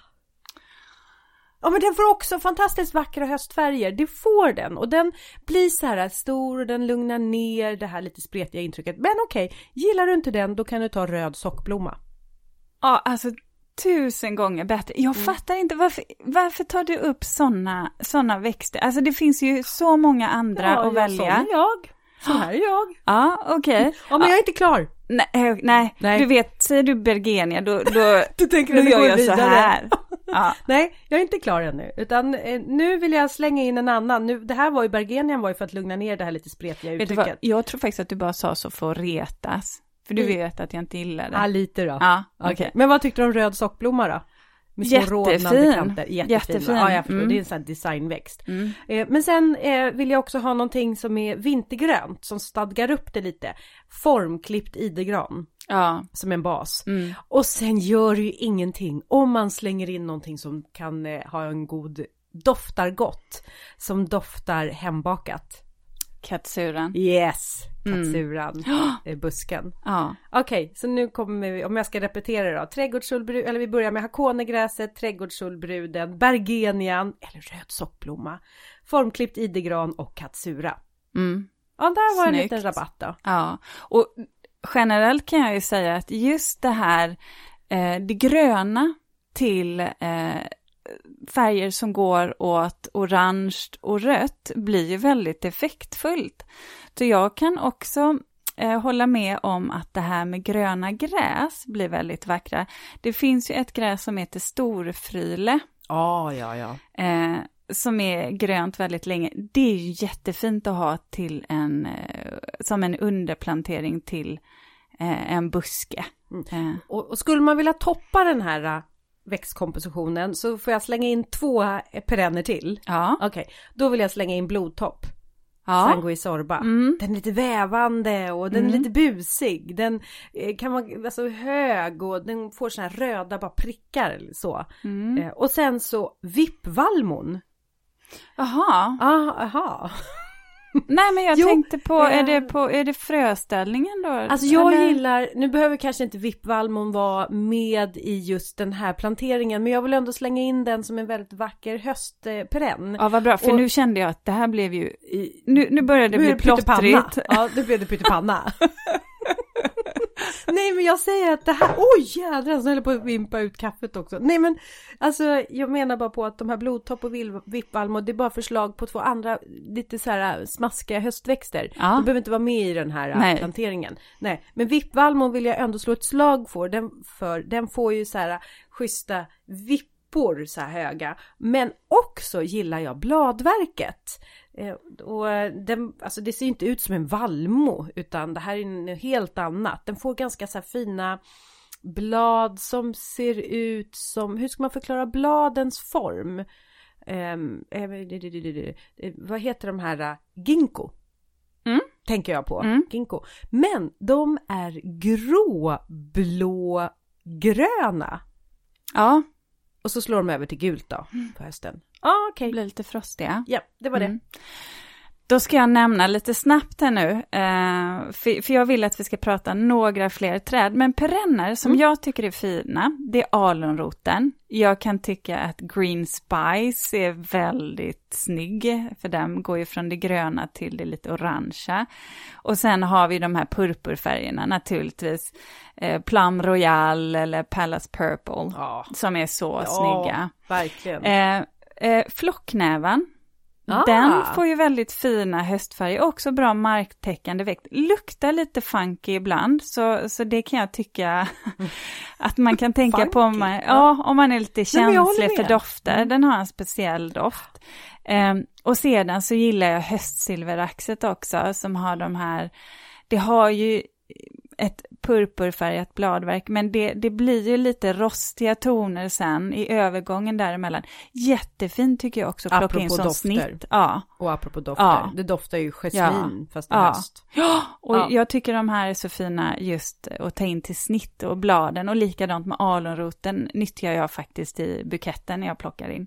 Ja, men den får också fantastiskt vackra höstfärger. Det får den. Och den blir så här stor och den lugnar ner det här lite spretiga intrycket. Men okej, gillar du inte den, då kan du ta röd sockblomma. Ja, alltså 1000 gånger bättre. Jag fattar inte, varför tar du upp såna växter? Alltså det finns ju så många andra att välja. Så här är jag. Ja, okej. Okay. Ja, men jag är inte klar. Nej. Du vet, säger du Bergenia, då du tänker då gör jag så här. Ja. Nej, jag är inte klar ännu. Utan nu vill jag slänga in en annan. Det här var ju, Bergenian var ju för att lugna ner det här lite spretiga uttrycket. Jag tror faktiskt att du bara sa så för att retas. För du vet att jag inte gillar det. Ja, lite då. Ja, okay. Men vad tyckte du om röd sockblomma då? Med små rådnande kanter. Jättefin. Ja, jag förstår. Det är en sån här designväxt. Men sen vill jag också ha någonting som är vintergrönt. Som stadgar upp det lite. Formklippt idegran. Ja. Som en bas. Och sen gör det ju ingenting om man slänger in någonting som kan ha en god, doftar gott. Som doftar hembakat. Katsuran. Yes, katsuran. Busken. Ja. Okej, så nu kommer vi, om jag ska repetera då. Trädgårdssolbruden, eller vi börjar med hakonegräset, trädgårdssolbruden, bergenian, eller röd sockblomma, formklippt idegran och katsura. Ja, där var en liten rabatt då. Ja, och generellt kan jag ju säga att just det här, det gröna till färger som går åt orange och rött blir ju väldigt effektfullt. Så jag kan också hålla med om att det här med gröna gräs blir väldigt vackra. Det finns ju ett gräs som heter storfryle. Ja. Som är grönt väldigt länge. Det är ju jättefint att ha till som en underplantering till en buske. Och skulle man vilja toppa den här växtkompositionen så får jag slänga in 2 perenner till. Ja. Okej, då vill jag slänga in blodtopp. Ja. Sanguisorba. Den är lite vävande och den är lite busig. Den kan vara alltså hög och den får såna här röda bara prickar så. Och sen så vippvallmon. Aha. Nej, men jag tänkte på, är det fröställningen då? Alltså jag gillar, nu behöver kanske inte vippvallmon vara med i just den här planteringen, men jag vill ändå slänga in den som en väldigt vacker höstperenn. Ja, vad bra, för nu kände jag att det här blev ju, nu började det bli plottrigt. Ja, det blev det pyttipanna. Nej, men jag säger att det här, oj jädrar, så höll jag på att vimpa ut kaffet också. Nej, men alltså jag menar bara på att de här blodtopp och vippvallmon, det är bara förslag på 2 andra lite så här smaskiga höstväxter. Ja. De behöver inte vara med i den här planteringen. Nej, men vippvallmon vill jag ändå slå ett slag för. Den får ju så här schyssta vippor så här höga. Men också gillar jag bladverket. Och alltså det ser inte ut som en vallmo, utan det här är något helt annat. Den får ganska så här fina blad som ser ut som, hur ska man förklara bladens form? Vad heter de här? Ginkgo. Tänker jag på. Ginkgo. Men de är grå-blå-gröna. Ja. Och så slår de över till gult då på hösten. Okej. Blir lite frostiga. Ja, det var det. Då ska jag nämna lite snabbt här nu, för jag vill att vi ska prata några fler träd. Men perenner som jag tycker är fina, det är alunroten. Jag kan tycka att Green Spice är väldigt snygg, för den går ju från det gröna till det lite orangea. Och sen har vi de här purpurfärgerna naturligtvis, Plum Royal eller Palace Purple, som är så snygga. Verkligen. Flocknävan. Den får ju väldigt fina höstfärger, också bra marktäckande växt. Luktar lite funky ibland, så det kan jag tycka att man kan tänka på om man är lite känslig för dofter. Den har en speciell doft. Och sedan så gillar jag höstsilveraxet också, som har de här, det har ju ett purpurfärgat bladverk, men det blir ju lite rostiga toner sen i övergången däremellan. Jättefint tycker jag också att plocka in som dofter. Snitt. Ja. Och apropå dofter, det doftar ju jasmin fast det är höst. Ja, och jag tycker de här är så fina just att ta in till snitt och bladen, och likadant med alunroten nyttjar jag faktiskt i buketten när jag plockar in.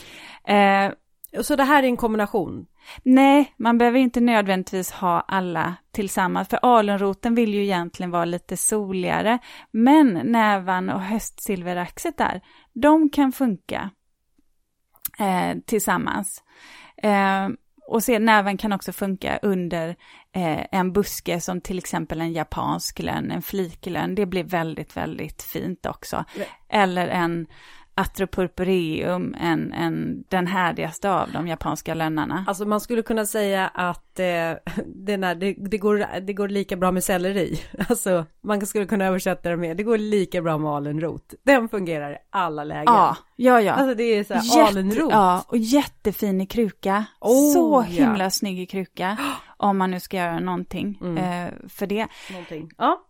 Så det här är en kombination? Nej, man behöver inte nödvändigtvis ha alla tillsammans. För alunroten vill ju egentligen vara lite soligare. Men nävan och höstsilveraxet där, de kan funka tillsammans. Och näven kan också funka under en buske som till exempel en japansk lönn, en fliklönn. Det blir väldigt, väldigt fint också. Eller en Atropurpureum, den härdigaste av de japanska lönnarna. Alltså man skulle kunna säga att det går lika bra med selleri. Alltså man skulle kunna översätta det med, det går lika bra med alunrot. Den fungerar i alla lägen. Ja. Alltså det är så här, alunrot. Ja, och jättefin i kruka. Så himla snygg i kruka. Om man nu ska göra någonting för det. Någonting. Ja.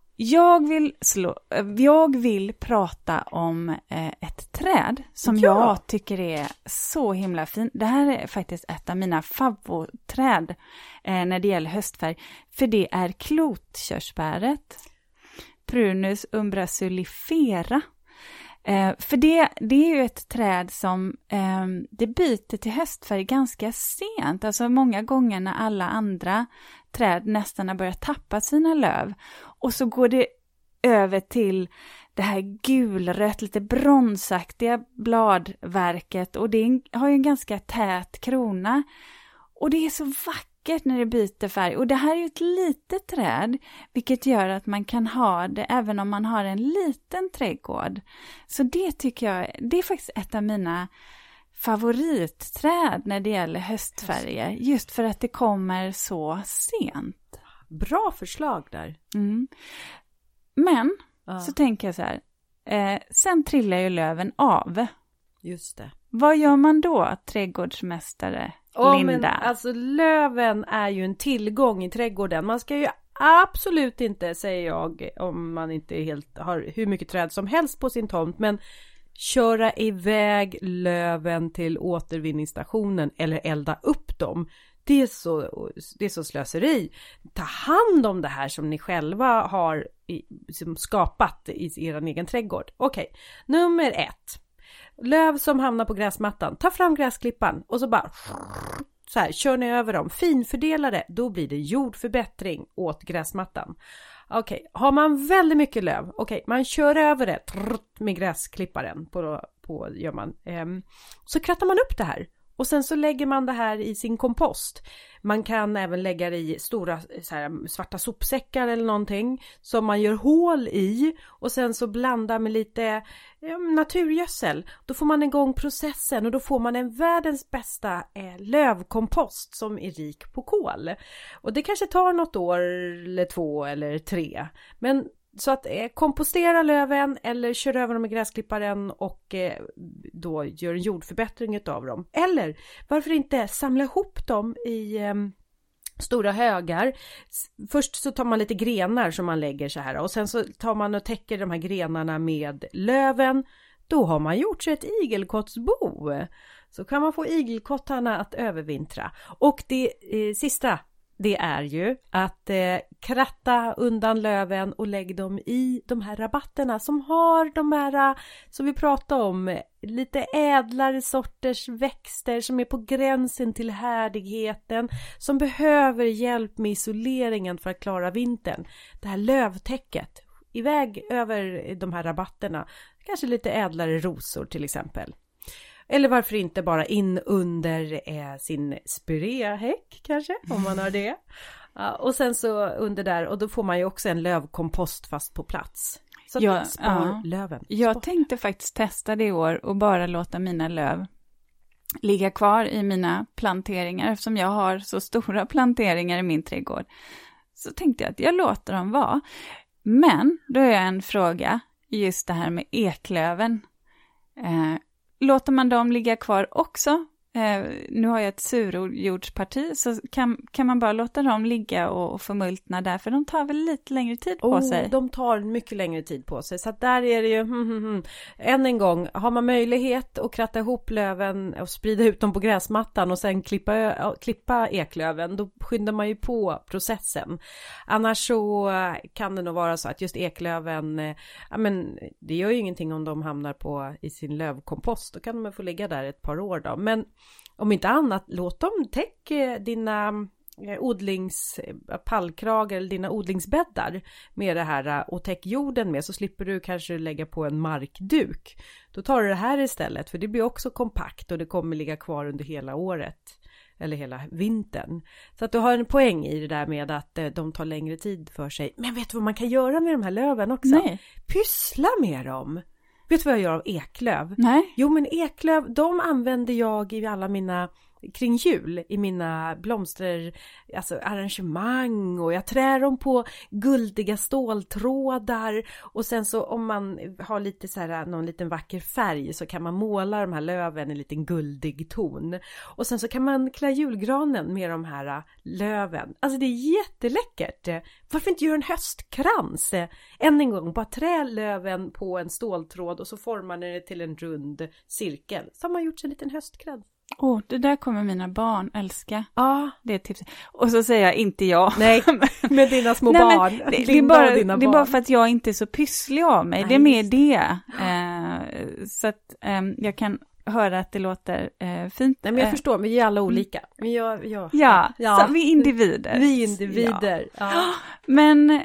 Jag vill prata om ett träd som jag tycker är så himla fint. Det här är faktiskt ett av mina favoritträd när det gäller höstfärg. För det är klotkörsbäret. Prunus umbrasulifera. För det är ju ett träd som det byter till höstfärg ganska sent. Alltså många gånger när alla andra träd nästan har börjat tappa sina löv. Och så går det över till det här gulrött, lite bronsaktiga bladverket. Och det har ju en ganska tät krona. Och det är så vackert när det byter färg. Och det här är ju ett litet träd, vilket gör att man kan ha det även om man har en liten trädgård. Så det tycker jag, det är faktiskt ett av mina favoritträd när det gäller höstfärger. Just för att det kommer så sent. Bra förslag där. Men så tänker jag så här, sen trillar ju löven av. Just det. Vad gör man då, trädgårdsmästare Linda? Men alltså löven är ju en tillgång i trädgården. Man ska ju absolut inte, säger jag, om man inte har hur mycket träd som helst på sin tomt, men köra iväg löven till återvinningsstationen eller elda upp dem. Det är så slöseri. Ta hand om det här som ni själva har skapat i er egen trädgård. Okej, nummer 1. Löv som hamnar på gräsmattan. Ta fram gräsklippan och så bara så här, kör ni över dem. Finfördelare, då blir det jordförbättring åt gräsmattan. Okej, har man väldigt mycket löv, man kör över det med gräsklipparen gör man. Så krattar man upp det här. Och sen så lägger man det här i sin kompost. Man kan även lägga det i stora så här, svarta sopsäckar eller någonting som man gör hål i. Och sen så blandar med lite naturgödsel. Då får man igång processen och då får man en världens bästa lövkompost som är rik på kol. Och det kanske tar något år eller 2 eller 3. Men så att kompostera löven eller kör över dem med gräsklipparen och då gör en jordförbättring av dem. Eller varför inte samla ihop dem i stora högar. Först så tar man lite grenar som man lägger så här och sen så tar man och täcker de här grenarna med löven. Då har man gjort sig ett igelkottsbo. Så kan man få igelkottarna att övervintra. Och det sista, det är ju att kratta undan löven och lägg dem i de här rabatterna som har de här, som vi pratade om, lite ädlare sorters växter som är på gränsen till härdigheten, som behöver hjälp med isoleringen för att klara vintern. Det här lövtäcket, iväg över de här rabatterna, kanske lite ädlare rosor till exempel. Eller varför inte bara in under sin spireahäck kanske, om man har det. Och sen så under där, och då får man ju också en lövkompost fast på plats. Så att spar löven. Jag tänkte faktiskt testa det i år och bara låta mina löv ligga kvar i mina planteringar. Eftersom jag har så stora planteringar i min trädgård. Så tänkte jag att jag låter dem vara. Men då är jag en fråga, just det här med eklöven. Låter man dem ligga kvar också nu har jag ett surjordsparti, så kan man bara låta dem ligga och förmultna där, för de tar väl lite längre tid på sig. De tar mycket längre tid på sig, så att där är det ju än en gång, har man möjlighet att kratta ihop löven och sprida ut dem på gräsmattan och sen klippa eklöven, då skyndar man ju på processen. Annars så kan det nog vara så att just eklöven, det gör ju ingenting om de hamnar i sin lövkompost, då kan de få ligga där ett par år då, men om inte annat, låt dem täcka dina pallkragar eller dina odlingsbäddar med det här och täck jorden med, så slipper du kanske lägga på en markduk. Då tar du det här istället, för det blir också kompakt och det kommer ligga kvar under hela året eller hela vintern. Så att du har en poäng i det där med att de tar längre tid för sig. Men vet du vad man kan göra med de här löven också? Nej. Pyssla med dem. Vet du vad jag gör av eklöv? Nej. Jo, men eklöv, de använder jag i alla mina, kring jul, i mina arrangemang, och jag trär dem på guldiga ståltrådar, och sen så om man har lite så här, någon liten vacker färg, så kan man måla de här löven i en liten guldig ton, och sen så kan man klä julgranen med de här löven. Alltså det är jätteläckert. Varför inte göra en höstkrans? Än en gång, bara trä löven på en ståltråd och så formar man det till en rund cirkel, så har man gjort sig en liten höstkrans. Det där kommer mina barn älska. Ja. Det är tipset. Och så säger jag inte jag. Nej, med dina små barn. Det är bara för att jag inte är så pysslig av mig. Nej, det är mer det. Så att jag kan höra att det låter fint. Nej, men jag förstår, men vi är alla olika. Men ja. Så vi är individer. Vi är individer. Ja. Men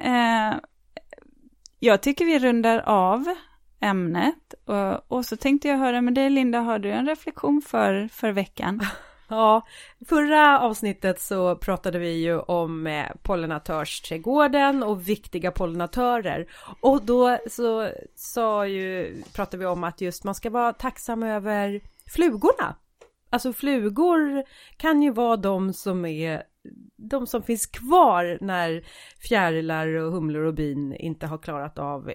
jag tycker vi rundar av ämnet, och så tänkte jag höra med dig, Linda, har du en reflektion för veckan? Ja, förra avsnittet så pratade vi ju om pollinatörsträdgården och viktiga pollinatörer, och då så pratade vi om att just man ska vara tacksam över flugorna. Alltså flugor kan ju vara de som finns kvar när fjärilar och humlor och bin inte har klarat av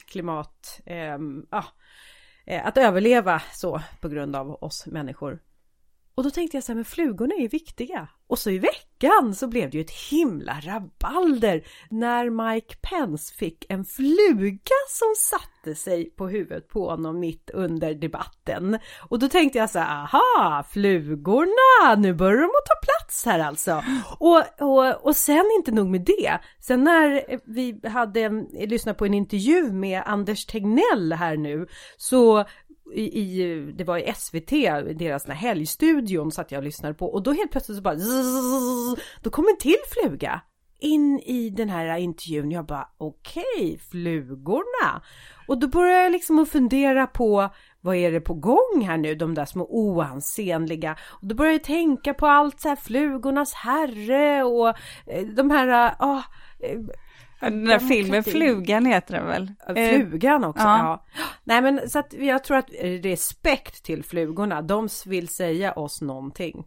att överleva så på grund av oss människor. Och då tänkte jag så här, men flugorna är viktiga. Och så i veckan så blev det ju ett himla rabalder när Mike Pence fick en fluga som satte sig på huvudet på honom mitt under debatten. Och då tänkte jag så här, aha, flugorna, nu börjar de att ta plats här alltså. Och sen inte nog med det. Sen när vi hade lyssnat på en intervju med Anders Tegnell här nu, så det var i SVT, deras helgstudion satt jag och lyssnade på, och då helt plötsligt så bara då kom en till fluga in i den här intervjun. Jag bara, okej, flugorna. Och då började jag liksom att fundera på, vad är det på gång här nu, de där små oansenliga. Och då började jag tänka på allt så här, flugornas herre och de här den där filmen Flugan heter den väl? Flugan också, ja. Nej, men så att jag tror att respekt till flugorna, de vill säga oss någonting.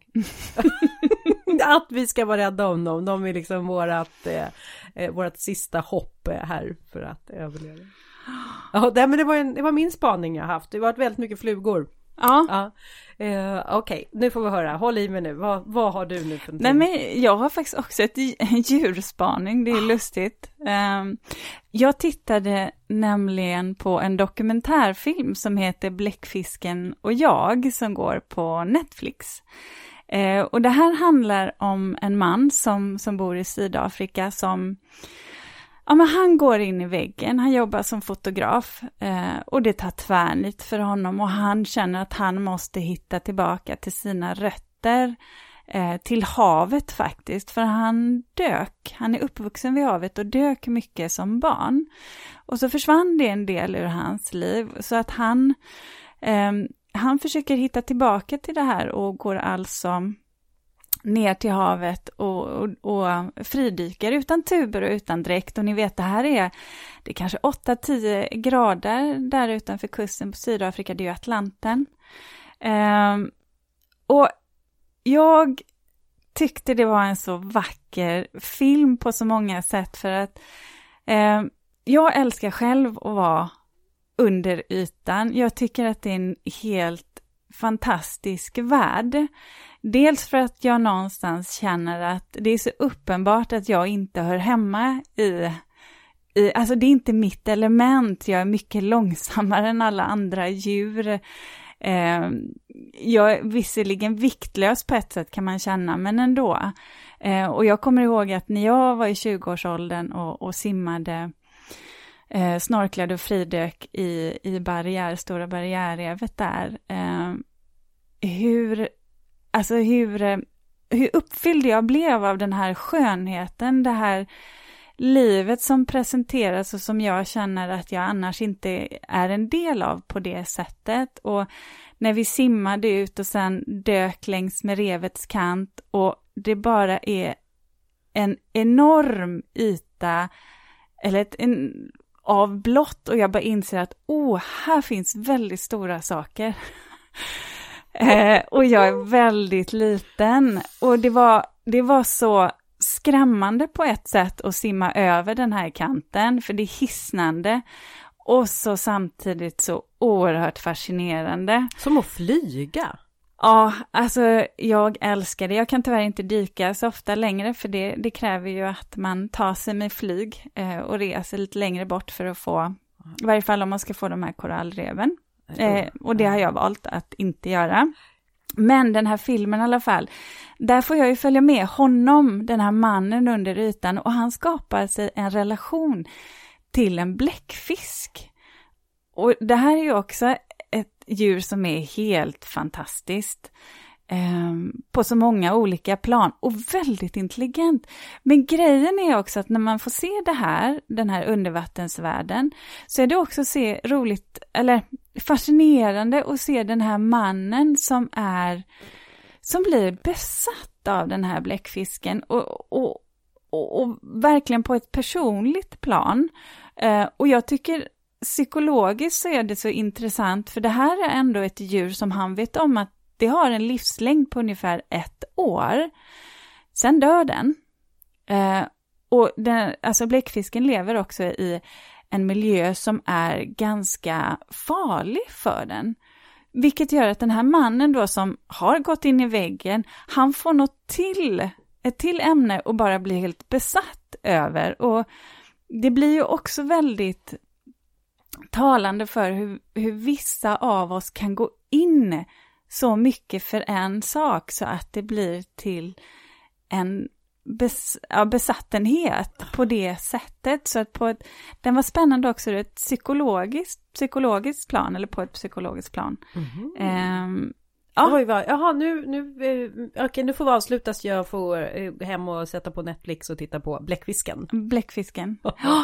Att vi ska vara rädda om dem. De är liksom vårat sista hopp här för att överleva. Ja, men det var min spaning jag haft. Det har varit väldigt mycket flugor. Ja. Okej, nu får vi höra. Håll i mig nu. Vad har du nu för någonting? Nej, men jag har faktiskt också en djurspaning. Det är lustigt. Jag tittade nämligen på en dokumentärfilm som heter Bläckfisken och jag, som går på Netflix. Och det här handlar om en man som bor i Sydafrika som... Ja, men han går in i väggen, han jobbar som fotograf och det tar tvärnit för honom, och han känner att han måste hitta tillbaka till sina rötter, till havet faktiskt, för han är uppvuxen vid havet och dök mycket som barn. Och så försvann det en del ur hans liv, så att han försöker hitta tillbaka till det här och går alltså ner till havet och fridyker utan tuber och utan dräkt. Och ni vet, det är kanske 8-10 grader där utanför kusten på Sydafrika, det är ju Atlanten. Och jag tyckte det var en så vacker film på så många sätt, för att jag älskar själv att vara under ytan. Jag tycker att det är en helt fantastisk värld. Dels för att jag någonstans känner att det är så uppenbart att jag inte hör hemma i alltså det är inte mitt element. Jag är mycket långsammare än alla andra djur. Jag är visserligen viktlös på ett sätt kan man känna, men ändå. Och jag kommer ihåg att när jag var i 20-årsåldern och simmade, snorklade och fridök i Stora barriärrevet där, hur uppfylld jag blev av den här skönheten, det här livet som presenteras och som jag känner att jag annars inte är en del av på det sättet. Och när vi simmade ut och sen dök längs med revets kant och det bara är en enorm yta eller av blått och jag bara inser att här finns väldigt stora saker. Och jag är väldigt liten och det var så skrämmande på ett sätt att simma över den här kanten, för det är hisnande och så samtidigt så oerhört fascinerande. Som att flyga. Ja, alltså jag älskar det. Jag kan tyvärr inte dyka så ofta längre, för det kräver ju att man tar sig med flyg och reser lite längre bort för att få, i varje fall om man ska få de här korallreven. Och det har jag valt att inte göra. Men den här filmen i alla fall, där får jag ju följa med honom, den här mannen under ytan, och han skapar sig en relation till en bläckfisk. Och det här är ju också ett djur som är helt fantastiskt på så många olika plan och väldigt intelligent. Men grejen är också att när man får se den här undervattensvärlden, så är det också roligt eller fascinerande att se den här mannen som blir besatt av den här bläckfisken och verkligen på ett personligt plan. Och jag tycker psykologiskt så är det så intressant, för det här är ändå ett djur som han vet om att det har en livslängd på ungefär 1 år. Sen dör den. Och alltså bläckfisken lever också i en miljö som är ganska farlig för den. Vilket gör att den här mannen då som har gått in i väggen, han får ett till ämne och bara blir helt besatt över. Och det blir ju också väldigt talande för hur vissa av oss kan gå in så mycket för en sak så att det blir till en besattenhet på det sättet. Så att den var spännande också ur ett psykologiskt plan, eller på ett psykologiskt plan. Ja. Oj, jaha, nu får vi avsluta, så jag får hem och sätta på Netflix och titta på Bläckfisken. Bläckfisken.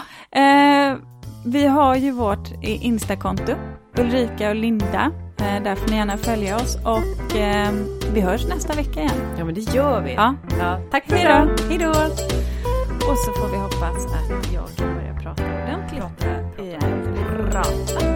Vi har ju vårt Insta-konto, Ulrika och Linda. Där får ni gärna följa oss och vi hörs nästa vecka igen. Ja, men det gör vi. Ja. Tack för idag. Hej då. Och så får vi hoppas att jag kan börja prata ordentligt igen.